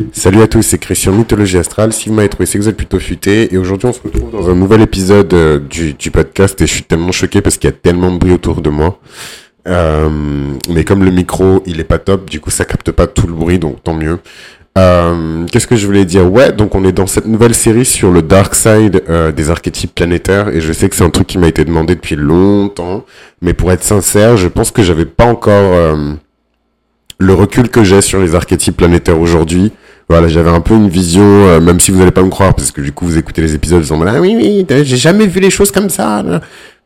Salut à tous, c'est Christian Mythologie Astrale. Si vous m'avez trouvé, c'est que vous êtes plutôt futé. Et aujourd'hui, on se retrouve dans un nouvel épisode du podcast. Et je suis tellement choqué parce qu'il y a tellement de bruit autour de moi. Mais comme le micro, il est pas top, du coup, ça capte pas tout le bruit, donc tant mieux. Qu'est-ce que je voulais dire? Ouais, donc on est dans cette nouvelle série sur le dark side des archétypes planétaires. Et je sais que c'est un truc qui m'a été demandé depuis longtemps. Mais pour être sincère, je pense que j'avais pas encore le recul que j'ai sur les archétypes planétaires aujourd'hui. Voilà, j'avais un peu une vision, même si vous n'allez pas me croire, parce que du coup vous écoutez les épisodes, vous en mode, ah oui, j'ai jamais vu les choses comme ça. Là.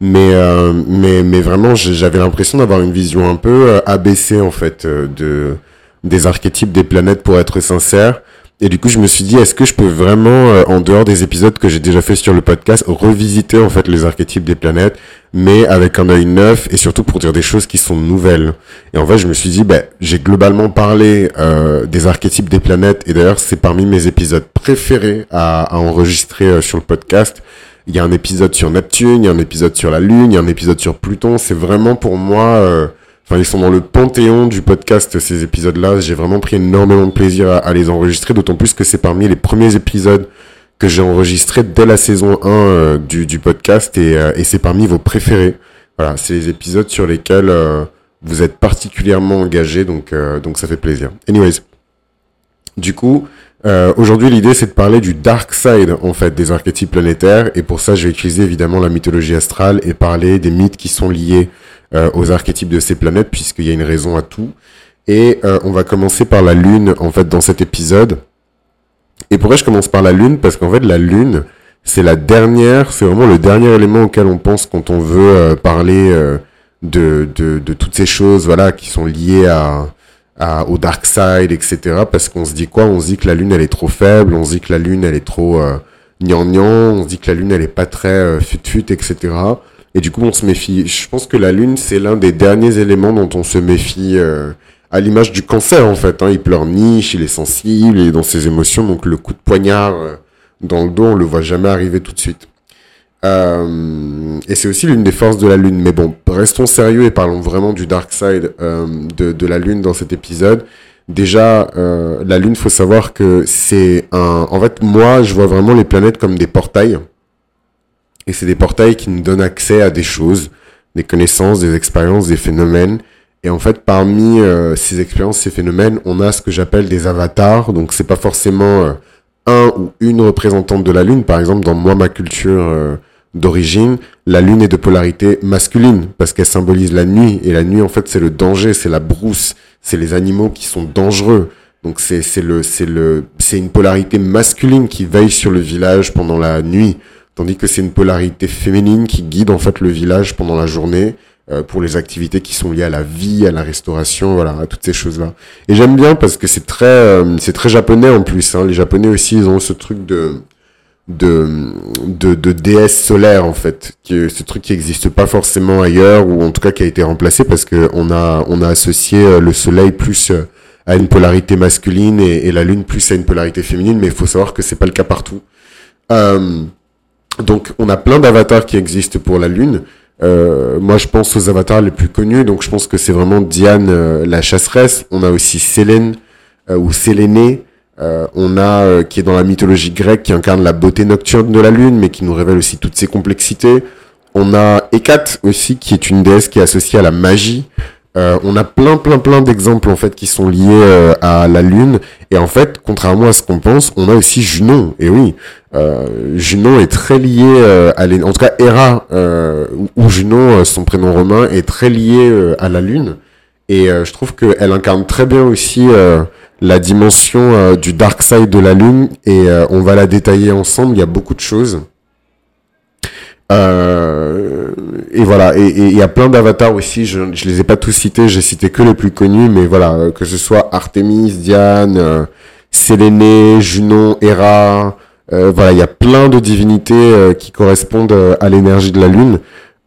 Mais vraiment, j'avais l'impression d'avoir une vision un peu abaissée en fait des archétypes des planètes, pour être sincère. Et du coup, je me suis dit, est-ce que je peux vraiment, en dehors des épisodes que j'ai déjà fait sur le podcast, revisiter en fait les archétypes des planètes, mais avec un œil neuf et surtout pour dire des choses qui sont nouvelles. Et en fait, je me suis dit, j'ai globalement parlé des archétypes des planètes, et d'ailleurs, c'est parmi mes épisodes préférés à enregistrer sur le podcast. Il y a un épisode sur Neptune, il y a un épisode sur la Lune, il y a un épisode sur Pluton. C'est vraiment pour moi... Enfin, ils sont dans le panthéon du podcast, ces épisodes-là. J'ai vraiment pris énormément de plaisir à les enregistrer, d'autant plus que c'est parmi les premiers épisodes que j'ai enregistrés dès la saison 1 du podcast, et c'est parmi vos préférés. Voilà, c'est les épisodes sur lesquels vous êtes particulièrement engagés, donc ça fait plaisir. Anyways, du coup, aujourd'hui, l'idée, c'est de parler du dark side, en fait, des archétypes planétaires, et pour ça, je vais utiliser évidemment la mythologie astrale et parler des mythes qui sont liés aux archétypes de ces planètes, puisqu'il y a une raison à tout. Et on va commencer par la Lune, en fait, dans cet épisode. Et pourquoi je commence par la Lune? Parce qu'en fait, la Lune, c'est vraiment le dernier élément auquel on pense quand on veut parler de toutes ces choses, voilà, qui sont liées au dark side, etc. Parce qu'on se dit quoi? On se dit que la Lune, elle est trop faible, on se dit que la Lune, elle est trop gnangnan, on se dit que la Lune, elle est pas très fut-fut, etc. Et du coup, on se méfie. Je pense que la Lune, c'est l'un des derniers éléments dont on se méfie, à l'image du Cancer, en fait. Hein. Il pleurniche, il est sensible, il est dans ses émotions. Donc, le coup de poignard dans le dos, on le voit jamais arriver tout de suite. Et c'est aussi l'une des forces de la Lune. Mais bon, restons sérieux et parlons vraiment du dark side de la Lune dans cet épisode. Déjà, la Lune, faut savoir que c'est En fait, moi, je vois vraiment les planètes comme des portails. Et c'est des portails qui nous donnent accès à des choses, des connaissances, des expériences, des phénomènes. Et en fait, parmi ces expériences, ces phénomènes, on a ce que j'appelle des avatars. Donc, c'est pas forcément un ou une représentante de la Lune. Par exemple, dans ma culture d'origine, la Lune est de polarité masculine parce qu'elle symbolise la nuit. Et la nuit, en fait, c'est le danger, c'est la brousse, c'est les animaux qui sont dangereux. Donc, c'est une polarité masculine qui veille sur le village pendant la nuit. Tandis que c'est une polarité féminine qui guide en fait le village pendant la journée pour les activités qui sont liées à la vie, à la restauration, voilà, à toutes ces choses-là. Et j'aime bien parce que c'est très japonais en plus. Hein. Les Japonais aussi, ils ont ce truc de déesse solaire en fait, ce truc qui n'existe pas forcément ailleurs, ou en tout cas qui a été remplacé parce que on a associé le soleil plus à une polarité masculine et la lune plus à une polarité féminine, mais il faut savoir que c'est pas le cas partout. Donc, on a plein d'avatars qui existent pour la Lune. Moi, je pense aux avatars les plus connus. Donc, je pense que c'est vraiment Diane, la chasseresse. On a aussi Sélène ou Sélénée. On a qui est dans la mythologie grecque, qui incarne la beauté nocturne de la Lune, mais qui nous révèle aussi toutes ses complexités. On a Hécate aussi, qui est une déesse qui est associée à la magie. On a plein d'exemples en fait qui sont liés à la Lune, et en fait, contrairement à ce qu'on pense, on a aussi Junon. Et oui, Junon est très lié en tout cas Héra ou Junon, son prénom romain, est très lié à la Lune, et je trouve qu'elle incarne très bien aussi la dimension du dark side de la Lune, et on va la détailler ensemble. Il y a beaucoup de choses. Et voilà, et il y a plein d'avatars aussi, je les ai pas tous cités, j'ai cité que les plus connus, mais voilà, que ce soit Artémis, Diane, Sélénée, Junon, Héra, voilà, il y a plein de divinités qui correspondent à l'énergie de la Lune.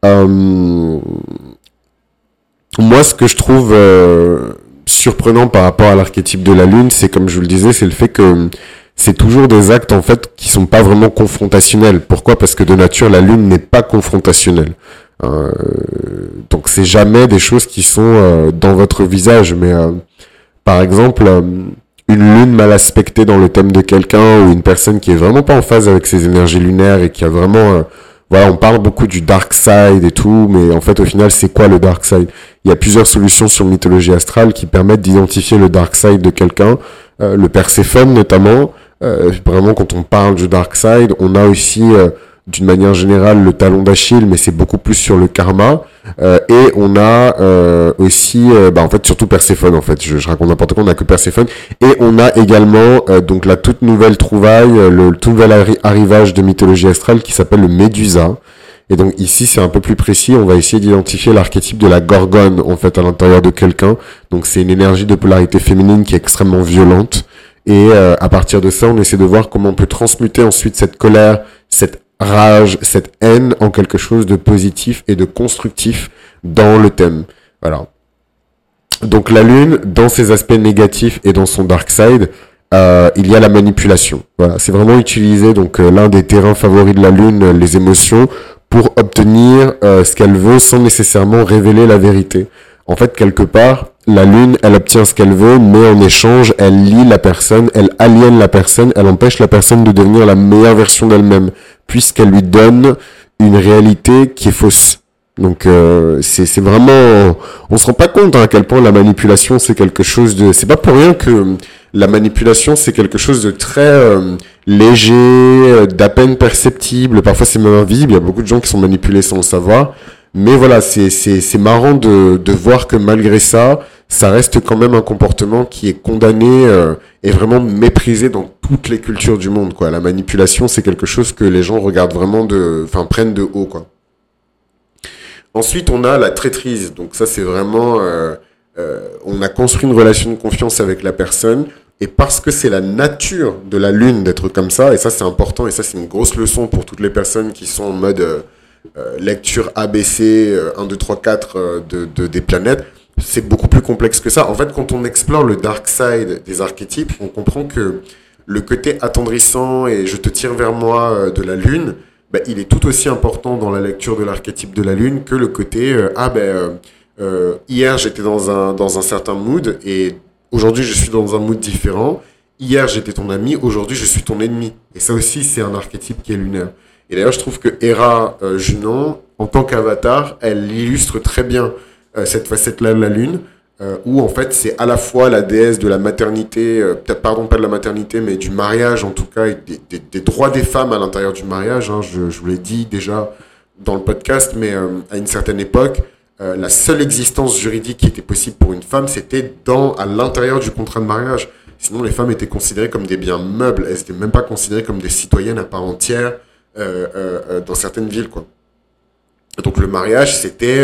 Moi, ce que je trouve surprenant par rapport à l'archétype de la Lune, c'est, comme je vous le disais, c'est le fait que c'est toujours des actes en fait qui sont pas vraiment confrontationnels. Pourquoi? Parce que de nature, la Lune n'est pas confrontationnelle. Donc c'est jamais des choses qui sont dans votre visage. Mais par exemple, une lune mal aspectée dans le thème de quelqu'un ou une personne qui est vraiment pas en phase avec ses énergies lunaires et qui a vraiment voilà, on parle beaucoup du dark side et tout, mais en fait, au final, c'est quoi le dark side? Il y a plusieurs solutions sur mythologie astrale qui permettent d'identifier le dark side de quelqu'un, le Perséphone notamment. Vraiment, quand on parle du dark side, on a aussi, d'une manière générale, le talon d'Achille, mais c'est beaucoup plus sur le karma. Et on a aussi, en fait, surtout Perséphone, en fait. Je raconte n'importe quoi, on a que Perséphone. Et on a également donc la toute nouvelle trouvaille, le tout nouvel arrivage de mythologie astrale qui s'appelle le Médusa. Et donc ici, c'est un peu plus précis. On va essayer d'identifier l'archétype de la gorgone, en fait, à l'intérieur de quelqu'un. Donc c'est une énergie de polarité féminine qui est extrêmement violente. Et à partir de ça, on essaie de voir comment on peut transmuter ensuite cette colère, cette rage, cette haine en quelque chose de positif et de constructif dans le thème. Voilà. Donc la lune, dans ses aspects négatifs et dans son dark side, il y a la manipulation. Voilà, c'est vraiment utilisé donc l'un des terrains favoris de la lune, les émotions, pour obtenir ce qu'elle veut sans nécessairement révéler la vérité. En fait, quelque part, la lune, elle obtient ce qu'elle veut, mais en échange, elle lie la personne, elle aliène la personne, elle empêche la personne de devenir la meilleure version d'elle-même, puisqu'elle lui donne une réalité qui est fausse. Donc c'est vraiment, on se rend pas compte à quel point la manipulation c'est quelque chose de, c'est pas pour rien que la manipulation c'est quelque chose de très léger, d'à peine perceptible, parfois c'est même invisible. Il y a beaucoup de gens qui sont manipulés sans le savoir. Mais voilà, c'est marrant de voir que malgré ça, ça reste quand même un comportement qui est condamné et vraiment méprisé dans toutes les cultures du monde, quoi. La manipulation, c'est quelque chose que les gens regardent vraiment prennent de haut, quoi. Ensuite, on a la traîtrise. Donc ça, c'est vraiment, on a construit une relation de confiance avec la personne. Et parce que c'est la nature de la lune d'être comme ça, et ça c'est important, et ça c'est une grosse leçon pour toutes les personnes qui sont en mode lecture ABC 1, 2, 3, 4 des planètes, c'est beaucoup plus complexe que ça. En fait, quand on explore le dark side des archétypes, on comprend que le côté attendrissant et je te tire vers moi de la lune, il est tout aussi important dans la lecture de l'archétype de la lune que le côté hier j'étais dans un certain mood et aujourd'hui je suis dans un mood différent. Hier j'étais ton ami, aujourd'hui je suis ton ennemi. Et ça aussi c'est un archétype qui est lunaire. Et d'ailleurs, je trouve que Hera Junon, en tant qu'avatar, elle illustre très bien cette facette-là de la Lune, où en fait, c'est à la fois la déesse de la maternité, peut-être pardon, pas de la maternité, mais du mariage en tout cas, et des droits des femmes à l'intérieur du mariage. Hein, je vous l'ai dit déjà dans le podcast, mais à une certaine époque, la seule existence juridique qui était possible pour une femme, c'était à l'intérieur du contrat de mariage. Sinon, les femmes étaient considérées comme des biens meubles, elles n'étaient même pas considérées comme des citoyennes à part entière. Dans certaines villes, quoi. Donc le mariage, c'était,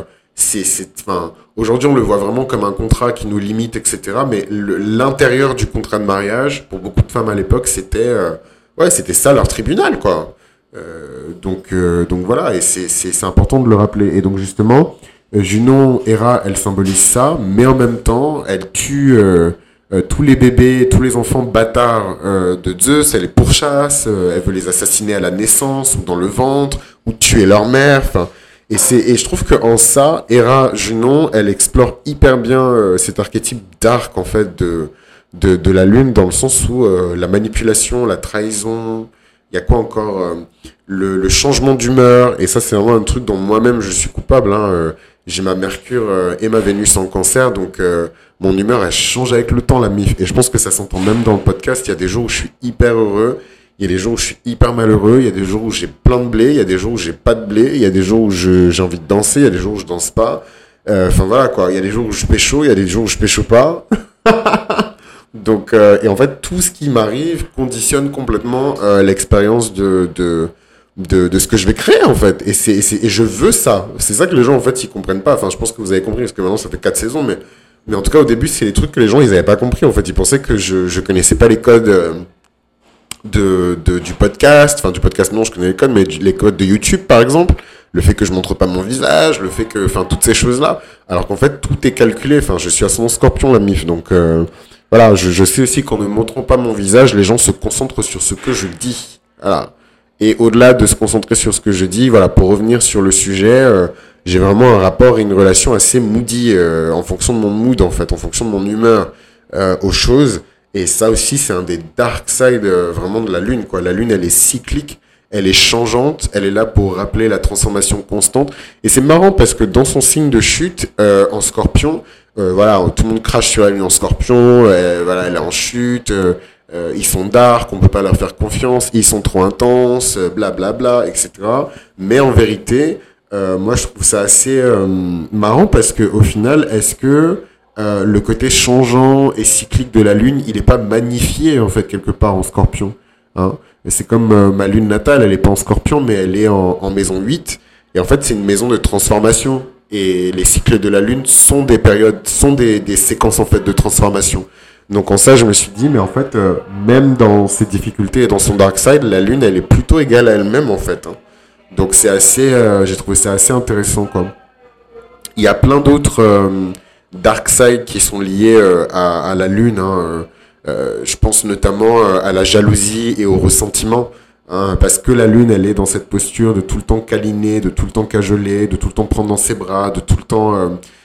aujourd'hui on le voit vraiment comme un contrat qui nous limite, etc. Mais l'intérieur du contrat de mariage, pour beaucoup de femmes à l'époque, c'était ça leur tribunal, quoi. Donc voilà, et c'est important de le rappeler. Et donc justement, Junon, Hera, elle symbolise ça, mais en même temps, elle tue tous les bébés, tous les enfants bâtards de Zeus, elle les pourchasse, elle veut les assassiner à la naissance ou dans le ventre, ou tuer leur mère. Et je trouve que en ça, Hera Junon, elle explore hyper bien cet archétype dark en fait de la lune, dans le sens où la manipulation, la trahison, il y a quoi encore le changement d'humeur. Et ça, c'est vraiment un truc dont moi-même je suis coupable. J'ai ma Mercure et ma Vénus en Cancer, donc mon humeur, elle change avec le temps, la mif. Et je pense que ça s'entend même dans le podcast. Il y a des jours où je suis hyper heureux, il y a des jours où je suis hyper malheureux, il y a des jours où j'ai plein de blé, il y a des jours où j'ai pas de blé, il y a des jours où j'ai envie de danser, il y a des jours où je danse pas. Voilà quoi, il y a des jours où je pécho, il y a des jours où je pécho pas. Donc, et en fait, tout ce qui m'arrive conditionne complètement l'expérience de ce que je vais créer en fait, et je veux ça. C'est ça que les gens en fait ils comprennent pas. Enfin, je pense que vous avez compris parce que maintenant ça fait 4 saisons, mais en tout cas au début c'est les trucs que les gens ils avaient pas compris en fait. Ils pensaient que je connaissais pas les codes du podcast. Enfin, du podcast non, je connais les codes, mais les codes de YouTube par exemple. Le fait que je montre pas mon visage, le fait que, enfin, toutes ces choses là, alors qu'en fait tout est calculé. Enfin, je suis à son scorpion la mif, donc voilà, je sais aussi qu'en ne montrant pas mon visage, les gens se concentrent sur ce que je dis. Voilà. Et au-delà de se concentrer sur ce que je dis, voilà, pour revenir sur le sujet, j'ai vraiment un rapport et une relation assez moody en fonction de mon mood, en fait, en fonction de mon humeur aux choses. Et ça aussi, c'est un des dark side vraiment de la lune, quoi. La lune, elle est cyclique, elle est changeante, elle est là pour rappeler la transformation constante. Et c'est marrant parce que dans son signe de chute, en scorpion, voilà, tout le monde crache sur la lune en scorpion, voilà, elle est en chute, ils sont dark, on peut pas leur faire confiance, ils sont trop intenses, blablabla, etc. Mais en vérité, moi, je trouve ça assez marrant parce que au final, est-ce que le côté changeant et cyclique de la lune, il est pas magnifié en fait quelque part en Scorpion, hein? Et c'est comme ma lune natale, elle est pas en Scorpion, mais elle est en maison 8. Et en fait, c'est une maison de transformation. Et les cycles de la lune sont des périodes, sont des séquences en fait de transformation. Donc en ça, je me suis dit, mais en fait, même dans ses difficultés et dans son dark side, la lune, elle est plutôt égale à elle-même en fait, hein. Donc c'est assez, j'ai trouvé ça assez intéressant, quoi. Il y a plein d'autres dark side qui sont liés à la lune, hein. Je pense notamment à la jalousie et au ressentiment, hein, parce que la lune, elle est dans cette posture de tout le temps câliner, de tout le temps cajoler, de tout le temps prendre dans ses bras, de tout le temps,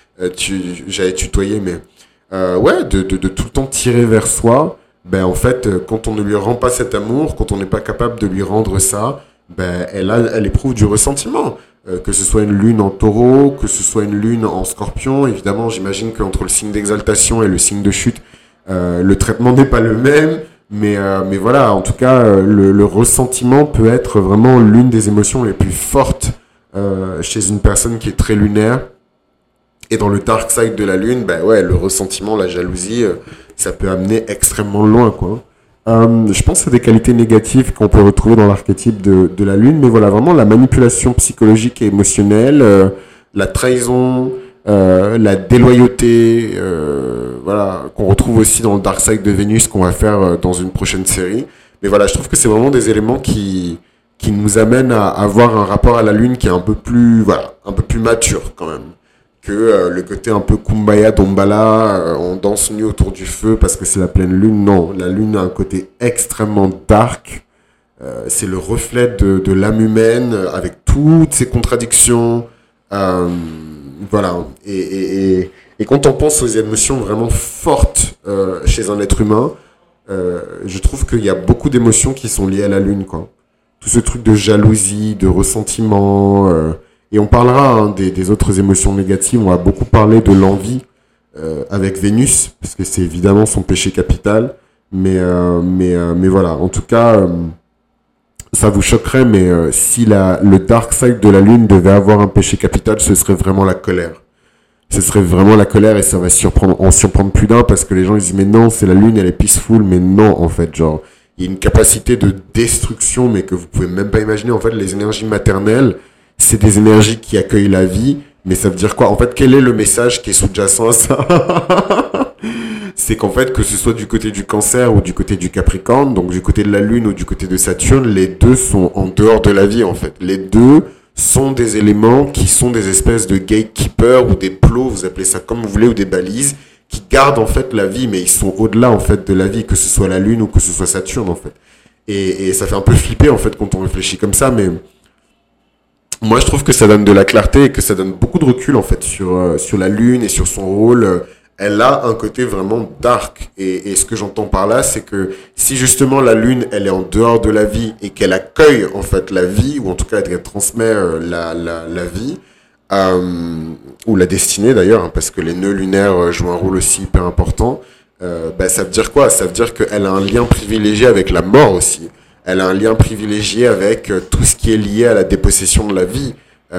j'allais tutoyer, mais ouais, de tout le temps tirer vers soi. Ben en fait, quand on ne lui rend pas cet amour, quand on n'est pas capable de lui rendre ça, ben elle éprouve du ressentiment. Que ce soit une lune en taureau, que ce soit une lune en scorpion, évidemment, j'imagine qu'entre le signe d'exaltation et le signe de chute, le traitement n'est pas le même, mais voilà, en tout cas, le ressentiment peut être vraiment l'une des émotions les plus fortes chez une personne qui est très lunaire. Et dans le dark side de la lune, ben ouais, le ressentiment, la jalousie, ça peut amener extrêmement loin, quoi. Je pense que c'est des qualités négatives qu'on peut retrouver dans l'archétype de la lune, mais voilà, vraiment la manipulation psychologique et émotionnelle, la trahison, la déloyauté, voilà, qu'on retrouve aussi dans le dark side de Vénus qu'on va faire dans une prochaine série. Mais voilà, je trouve que c'est vraiment des éléments qui nous amènent à avoir un rapport à la lune qui est un peu plus, voilà, un peu plus mature quand même que le côté un peu kumbaya dombala, on danse nu autour du feu parce que c'est la pleine lune. Non, la lune a un côté extrêmement dark. C'est le reflet de l'âme humaine avec toutes ses contradictions. Voilà. Et quand on pense aux émotions vraiment fortes chez un être humain, je trouve qu'il y a beaucoup d'émotions qui sont liées à la lune, quoi. Tout ce truc de jalousie, de ressentiment. Et on parlera hein, des autres émotions négatives. On va beaucoup parler de l'envie avec Vénus, parce que c'est évidemment son péché capital. Mais voilà. En tout cas, ça vous choquerait, mais si le dark side de la lune devait avoir un péché capital, ce serait vraiment la colère. Ce serait vraiment la colère et ça va en surprendre plus d'un parce que les gens ils disent mais non, c'est la lune, elle est peaceful, mais non en fait, genre il y a une capacité de destruction mais que vous pouvez même pas imaginer. En fait, les énergies maternelles, c'est des énergies qui accueillent la vie, mais ça veut dire quoi? En fait, quel est le message qui est sous-jacent à ça? C'est qu'en fait, que ce soit du côté du Cancer ou du côté du Capricorne, donc du côté de la Lune ou du côté de Saturne, les deux sont en dehors de la vie, en fait. Les deux sont des éléments qui sont des espèces de gatekeepers ou des plots, vous appelez ça comme vous voulez, ou des balises, qui gardent en fait la vie, mais ils sont au-delà en fait de la vie, que ce soit la Lune ou que ce soit Saturne, en fait. Et ça fait un peu flipper, en fait, quand on réfléchit comme ça, mais moi, je trouve que ça donne de la clarté et que ça donne beaucoup de recul, en fait, sur la Lune et sur son rôle. Elle a un côté vraiment dark. Et ce que j'entends par là, c'est que si justement la Lune, elle est en dehors de la vie et qu'elle accueille, en fait, la vie, ou en tout cas, elle transmet la vie, ou la destinée d'ailleurs, hein, parce que les nœuds lunaires jouent un rôle aussi hyper important, ça veut dire quoi? Ça veut dire qu'elle a un lien privilégié avec la mort aussi. Elle a un lien privilégié avec tout ce qui est lié à la dépossession de la vie.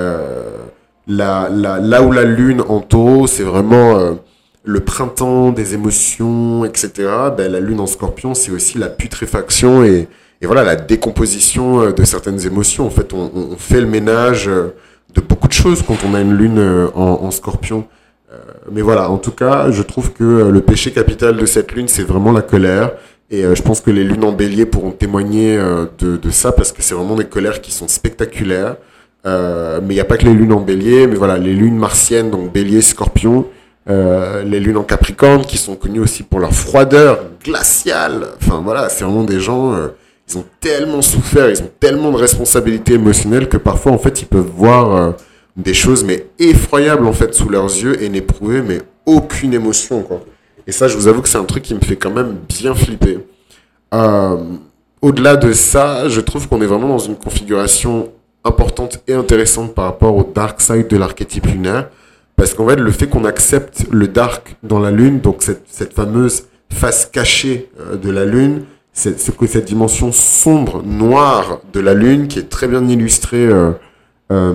Là où la lune en taureau, c'est vraiment le printemps des émotions, etc. La lune en scorpion, c'est aussi la putréfaction et voilà, la décomposition de certaines émotions. En fait, on fait le ménage de beaucoup de choses quand on a une lune en scorpion. Mais voilà, en tout cas, je trouve que le péché capital de cette lune, c'est vraiment la colère. Et je pense que les lunes en bélier pourront témoigner de ça parce que c'est vraiment des colères qui sont spectaculaires. Mais il n'y a pas que les lunes en bélier, mais voilà, les lunes martiennes, donc bélier, scorpion, les lunes en capricorne qui sont connues aussi pour leur froideur glaciale. Enfin voilà, c'est vraiment des gens, ils ont tellement souffert, ils ont tellement de responsabilités émotionnelles que parfois en fait ils peuvent voir des choses mais effroyables en fait sous leurs yeux et n'éprouver mais aucune émotion, quoi. Et ça, je vous avoue que c'est un truc qui me fait quand même bien flipper. Euh, Au-delà de ça, je trouve qu'on est vraiment dans une configuration importante et intéressante par rapport au dark side de l'archétype lunaire. Parce qu'en fait, le fait qu'on accepte le dark dans la Lune, donc cette fameuse face cachée de la Lune, cette dimension sombre, noire de la Lune, qui est très bien illustrée euh,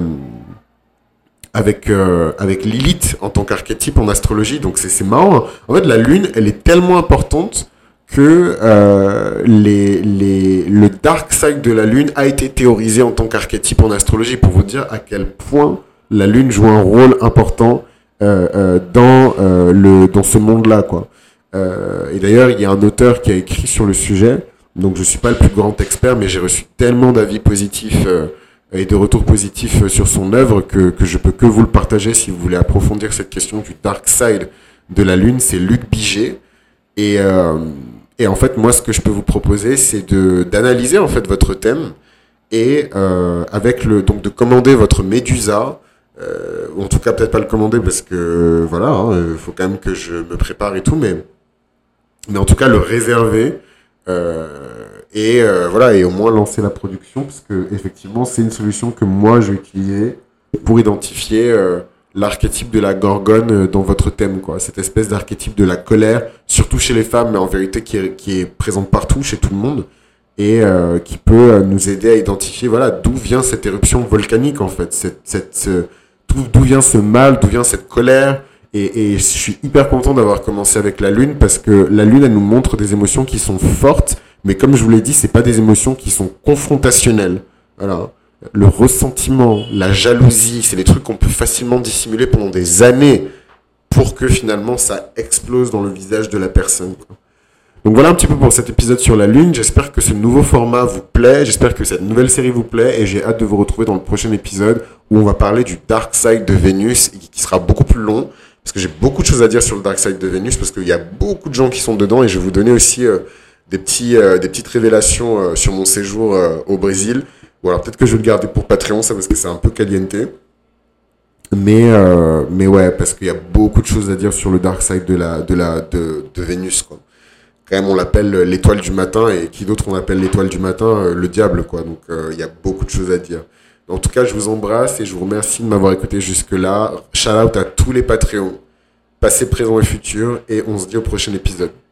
avec Lilith en tant qu'archétype en astrologie. Donc c'est marrant, hein. En fait, la Lune, elle est tellement importante que le dark side de la Lune a été théorisé en tant qu'archétype en astrologie, pour vous dire à quel point la Lune joue un rôle important dans ce monde-là, quoi. Et d'ailleurs, il y a un auteur qui a écrit sur le sujet, donc je suis pas le plus grand expert, mais j'ai reçu tellement d'avis positifs et de retours positifs sur son œuvre que je peux que vous le partager si vous voulez approfondir cette question du dark side de la Lune. C'est Luc Biget. Et en fait, moi, ce que je peux vous proposer, c'est d'analyser en fait votre thème et donc de commander votre Médusa. Ou en tout cas, peut-être pas le commander parce que voilà, il faut quand même que je me prépare et tout, mais en tout cas le réserver voilà, et au moins lancer la production, parce que effectivement, c'est une solution que moi je vais utiliser pour identifier l'archétype de la gorgone dans votre thème, quoi. Cette espèce d'archétype de la colère, surtout chez les femmes, mais en vérité qui est présente partout, chez tout le monde, et qui peut nous aider à identifier, voilà, d'où vient cette éruption volcanique, en fait, d'où vient ce mal, d'où vient cette colère. Et je suis hyper content d'avoir commencé avec la Lune, parce que la Lune, elle nous montre des émotions qui sont fortes, mais comme je vous l'ai dit, c'est pas des émotions qui sont confrontationnelles. Voilà. Le ressentiment, la jalousie, c'est des trucs qu'on peut facilement dissimuler pendant des années pour que finalement ça explose dans le visage de la personne, quoi. Donc voilà un petit peu pour cet épisode sur la Lune. J'espère que ce nouveau format vous plaît, j'espère que cette nouvelle série vous plaît, et j'ai hâte de vous retrouver dans le prochain épisode où on va parler du Dark Side de Vénus, qui sera beaucoup plus long, parce que j'ai beaucoup de choses à dire sur le Dark Side de Vénus, parce qu'il y a beaucoup de gens qui sont dedans, et je vais vous donner aussi des petites révélations sur mon séjour au Brésil. Ou alors peut-être que je vais le garder pour Patreon, ça, parce que c'est un peu caliente. Mais ouais, parce qu'il y a beaucoup de choses à dire sur le Dark Side de Vénus, quoi. Quand même, on l'appelle l'étoile du matin, et qui d'autre on appelle l'étoile du matin, le diable, quoi. Donc il y a beaucoup de choses à dire. En tout cas, je vous embrasse et je vous remercie de m'avoir écouté jusque-là. Shout out à tous les Patreons, passés, présents et futurs, et on se dit au prochain épisode.